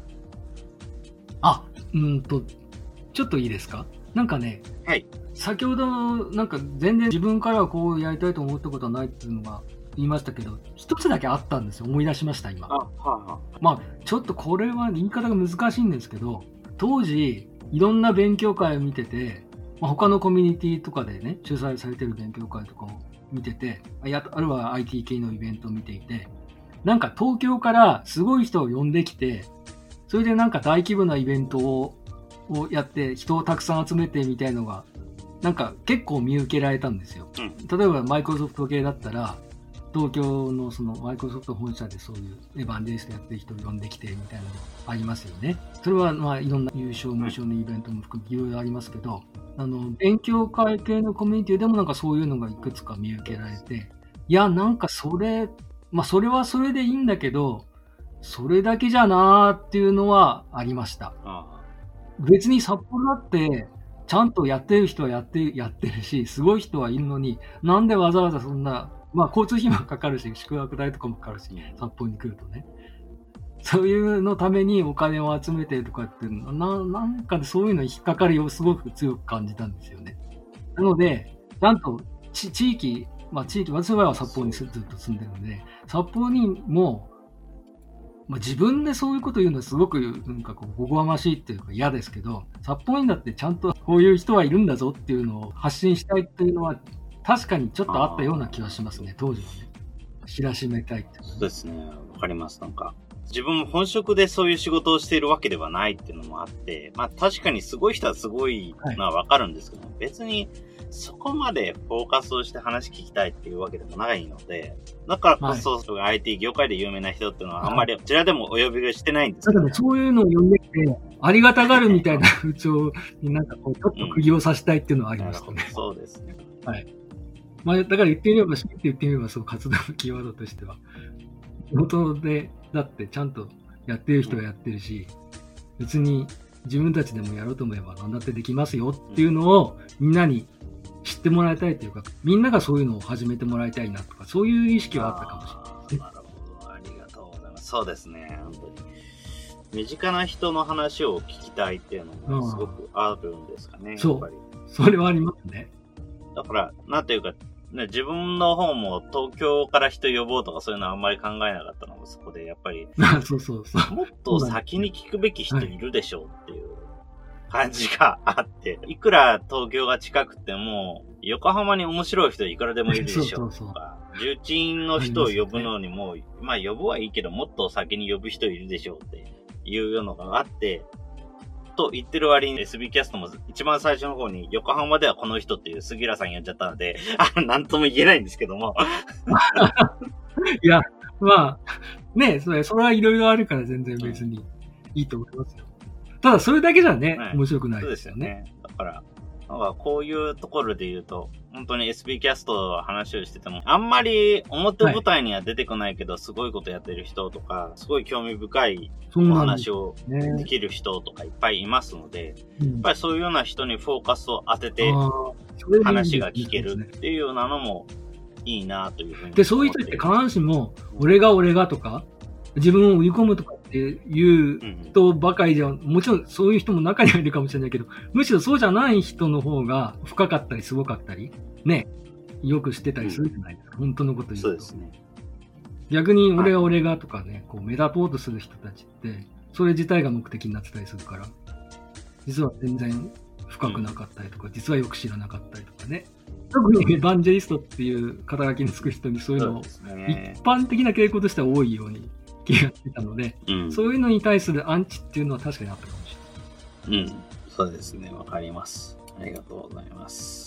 ちょっといいですか？なんかね、 はい。 先ほどなんか全然自分からはこうやりたいと思ったことはないっていうのが言いましたけど、一つだけあったんですよ。思い出しました今。ちょっとこれは言い方が難しいんですけど、当時いろんな勉強会を見てて、他のコミュニティとかでね、主催されてる勉強会とかを見てて、あるいは IT 系のイベントを見ていて、なんか東京からすごい人を呼んできて、それでなんか大規模なイベントをやって人をたくさん集めてみたいのがなんか結構見受けられたんですよ。例えばマイクロソフト系だったら東京のそのマイクロソフト本社でそういうエヴァンジェリストやってる人を呼んできてみたいなのがありますよね。それはいろんな優勝無償のイベントも含めいろいろありますけど、勉強会系のコミュニティでもなんかそういうのがいくつか見受けられて、いやなんかそれはそれでいいんだけど、それだけじゃなーっていうのはありました。別に札幌だってちゃんとやってる人はやってるし、すごい人はいるのに、なんでわざわざそんな、交通費もかかるし、宿泊代とかもかかるし、札幌に来るとね。そういうのためにお金を集めてとかっていうのなんかそういうの引っかかりをすごく強く感じたんですよね。なので、ちゃんと地域、私の場合は札幌にずっと住んでるので、札幌にも、自分でそういうこと言うのはすごくなんかおこがましいっていうか嫌ですけど、札幌にだってちゃんとこういう人はいるんだぞっていうのを発信したいっていうのは確かにちょっとあったような気はしますね、当時はね。知らしめたいっていう、 そうですね、わかります。なんか自分も本職でそういう仕事をしているわけではないっていうのもあって、確かにすごい人はすごいのはわかるんですけど、別にそこまでフォーカスをして話聞きたいっていうわけでもないので、だからこそ、IT 業界で有名な人っていうのはあんまりこちらでもお呼びしてないんですけど、 だからそういうのを呼んできて、ありがたがるみたいな風潮になんかこう、ちょっと釘を刺したいっていうのはありましたね。 そうですね。 はい。だから言ってみれば、そう活動のキーワードとしては、地元でだってちゃんとやってる人はやってるし、別に自分たちでもやろうと思えば何だってできますよっていうのをみんなに知ってもらいたいというか、みんながそういうのを始めてもらいたいなとか、そういう意識はあったかもしれないですね。 なるほど。ありがとうございます。そうですね。本当に。身近な人の話を聞きたいっていうのがすごくあるんですかね。 そう。それはありますね。 だから、なんていうか、ね、自分の方も東京から人呼ぼうとかそういうのはあんまり考えなかったのもそこでやっぱり、もっと先に聞くべき人いるでしょうっていう感じがあって、いくら東京が近くても、横浜に面白い人いくらでもいるでしょうとか、重鎮の人を呼ぶのにも、呼ぶはいいけど、もっと先に呼ぶ人いるでしょうっていうのがあって、と言ってる割に SB キャストも一番最初の方に横浜ではこの人っていう杉浦さん呼んじゃったので、なんとも言えないんですけども。 いや、ね、それはいろいろあるから全然別にいいと思いますよ。ただそれだけじゃね、面白くないですよね。 だから、こういうところで言うと、本当に SB キャストの話をしてても、あんまり表舞台には出てこないけど、すごいことやってる人とか、すごい興味深いお話をできる人とかいっぱいいますので、やっぱりそういうような人にフォーカスを当てて、話が聞けるっていうようなのもいいなというふうに。 で、そういう人って必ずしも、俺がとか、自分を売り込むとかっていう人ばかりじゃ、もちろんそういう人も中にはいるかもしれないけど、むしろそうじゃない人の方が深かったりすごかったり、ね、よく知ってたりするじゃないですか、本当のこと言うと。 そうですね。 逆に俺がとかね、こう目立とうとする人たちって、それ自体が目的になってたりするから、実は全然深くなかったりとか、実はよく知らなかったりとかね。特にエヴァンジェリストっていう肩書きにつく人にそういうのを一般的な傾向としては多いように気がしてたので、そういうのに対するアンチっていうのは確かにあったかもしれない。 そうですね。わかります。ありがとうございます。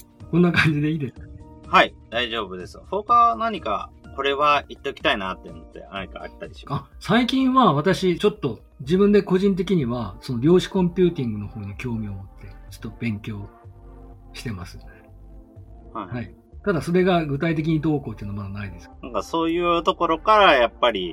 こんな感じでいいですかね。 はい、大丈夫です。他何かこれは言っておきたいなって思って何かあったりしますか？ 最近は私ちょっと自分で個人的にはその量子コンピューティングの方に興味を持ってちょっと勉強してます。はい。ただそれが具体的にどうこうっていうのはまだないです。 なんかそういうところからやっぱり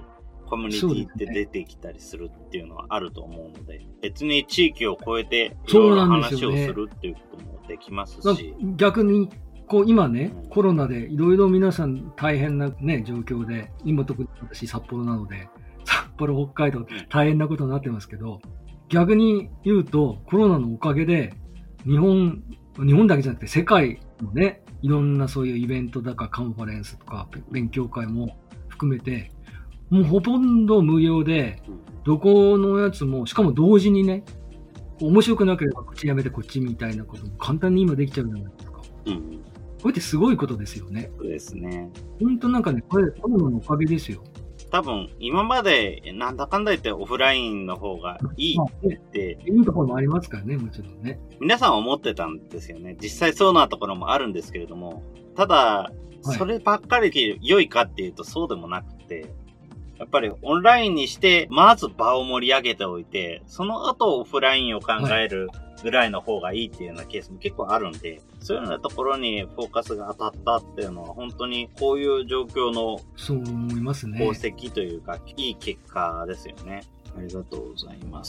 コミュニティって出てきたりするっていうのはあると思うので、別に地域を超えていろいろ話をするっていうこともできますし。 逆に、今ね、コロナでいろいろ皆さん大変なね、状況で、今特に私札幌なので、札幌、北海道大変なことになってますけど、逆に言うと、コロナのおかげで、日本だけじゃなくて世界のね、いろんなそういうイベントだかカンファレンスとか勉強会も含めて、もうほとんど無料で、どこのやつも、しかも同時にね、面白くなければこっちやめてこっちみたいなことも簡単に今できちゃうじゃないですか。これってすごいことですよね。 そうですね。 本当なんかね、これコロナのおかげですよ。 多分、今までなんだかんだ言ってオフラインの方がいいって、 いいところもありますからね、もちろんね。 皆さん思ってたんですよね。実際そうなところもあるんですけれども、ただ、そればっかりで良いかっていうとそうでもなくて、やっぱりオンラインにして、まず場を盛り上げておいて、その後オフラインを考えるぐらいの方がいいっていうようなケースも結構あるんで、そういうようなところにフォーカスが当たったっていうのは、本当にこういう状況のそう思いますね。 功績というか、いい結果ですよね。ありがとうございます。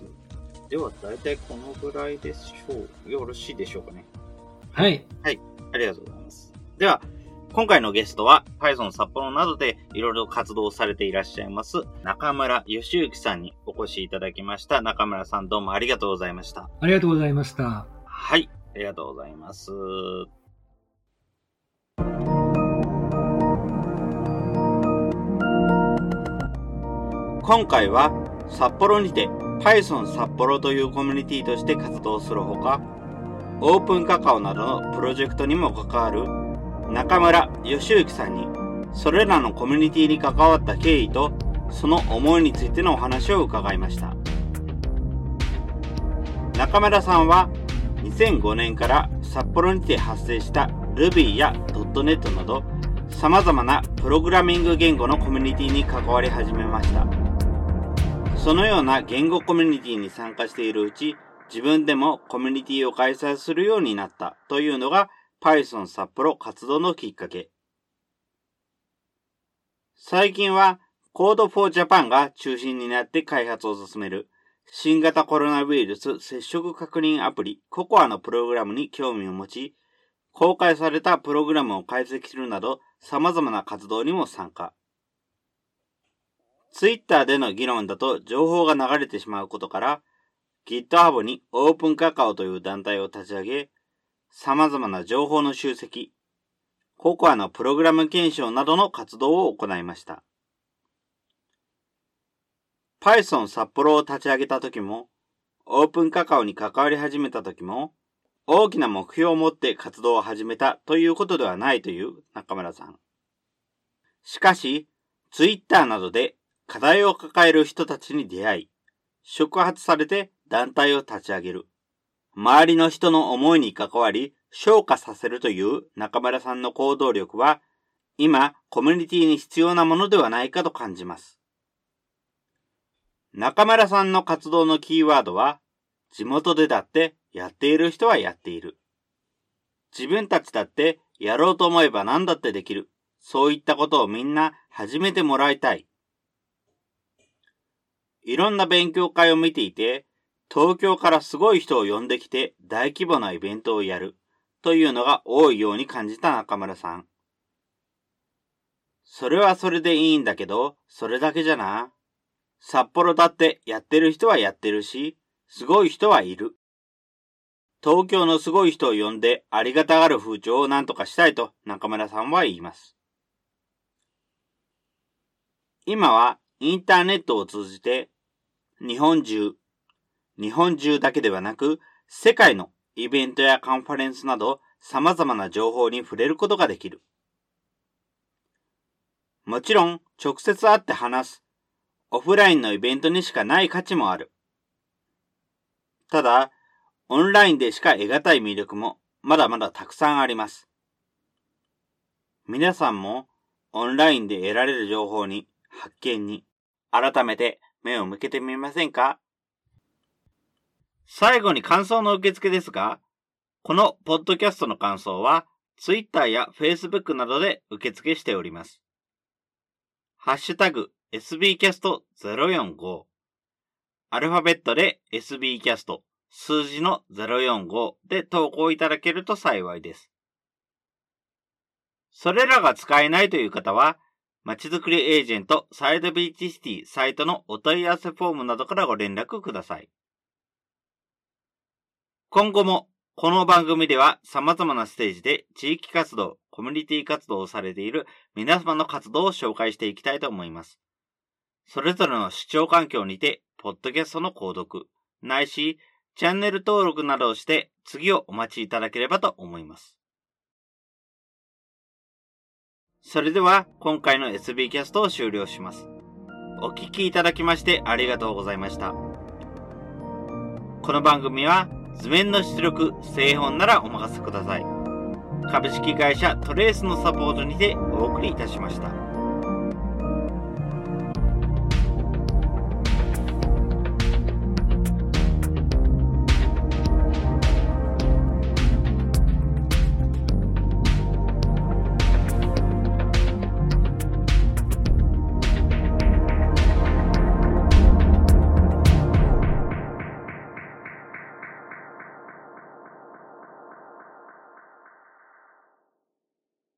では、だいたいこのぐらいでしょう。よろしいでしょうかね。 はい。 はい。ありがとうございます。では、今回のゲストは Python 札幌などでいろいろ活動されていらっしゃいます中村義之さんにお越しいただきました。中村さんどうもありがとうございました。 ありがとうございました。 はい、ありがとうございます。今回は札幌にて Python 札幌というコミュニティとして活動するほか、オープンカカオなどのプロジェクトにも関わる中村義之さんにそれらのコミュニティに関わった経緯とその思いについてのお話を伺いました。中村さんは2005年から札幌にて発生した Ruby や .NET など様々なプログラミング言語のコミュニティに関わり始めました。そのような言語コミュニティに参加しているうち、自分でもコミュニティを開催するようになったというのが Python 札幌活動のきっかけ。最近は Code for Japan が中心になって開発を進める新型コロナウイルス接触確認アプリ COCOA のプログラムに興味を持ち、公開されたプログラムを解析するなど様々な活動にも参加。Twitter での議論だと情報が流れてしまうことから、GitHub にオープンカカオという団体を立ち上げ、様々な情報の集積、COCOA のプログラム検証などの活動を行いました。Python 札幌を立ち上げた時も、オープンカカオに関わり始めた時も、大きな目標を持って活動を始めたということではないという中村さん。しかし、Twitter などで課題を抱える人たちに出会い、触発されて団体を立ち上げる。周りの人の思いに関わり、昇華させるという中村さんの行動力は、今、コミュニティに必要なものではないかと感じます。中村さんの活動のキーワードは、地元でだってやっている人はやっている。自分たちだってやろうと思えば何だってできる。そういったことをみんな始めてもらいたい。いろんな勉強会を見ていて、東京からすごい人を呼んできて大規模なイベントをやるというのが多いように感じた中村さん。それはそれでいいんだけど、それだけじゃな。札幌だってやってる人はやってるし、すごい人はいる。東京のすごい人を呼んでありがたがる風潮を何とかしたいと中村さんは言います。今はインターネットを通じて日本中だけではなく世界のイベントやカンファレンスなど様々な情報に触れることができる。もちろん直接会って話すオフラインのイベントにしかない価値もある。ただ、オンラインでしか得難い魅力もまだまだたくさんあります。皆さんもオンラインで得られる情報に発見に改めて目を向けてみませんか？最後に感想の受付ですが、このポッドキャストの感想は Twitter や Facebook などで受付しております。ハッシュタグ sbcast045、アルファベットで sbcast、数字の045で投稿いただけると幸いです。それらが使えないという方は、まちづくりエージェントサイドビーチシティサイトのお問い合わせフォームなどからご連絡ください。今後もこの番組では様々なステージで地域活動、コミュニティ活動をされている皆様の活動を紹介していきたいと思います。それぞれの視聴環境にて、ポッドキャストの購読、ないし、チャンネル登録などをして次をお待ちいただければと思います。それでは今回の SB キャストを終了します。お聞きいただきましてありがとうございました。この番組は図面の出力、製本ならお任せください。株式会社トレースのサポートにてお送りいたしました。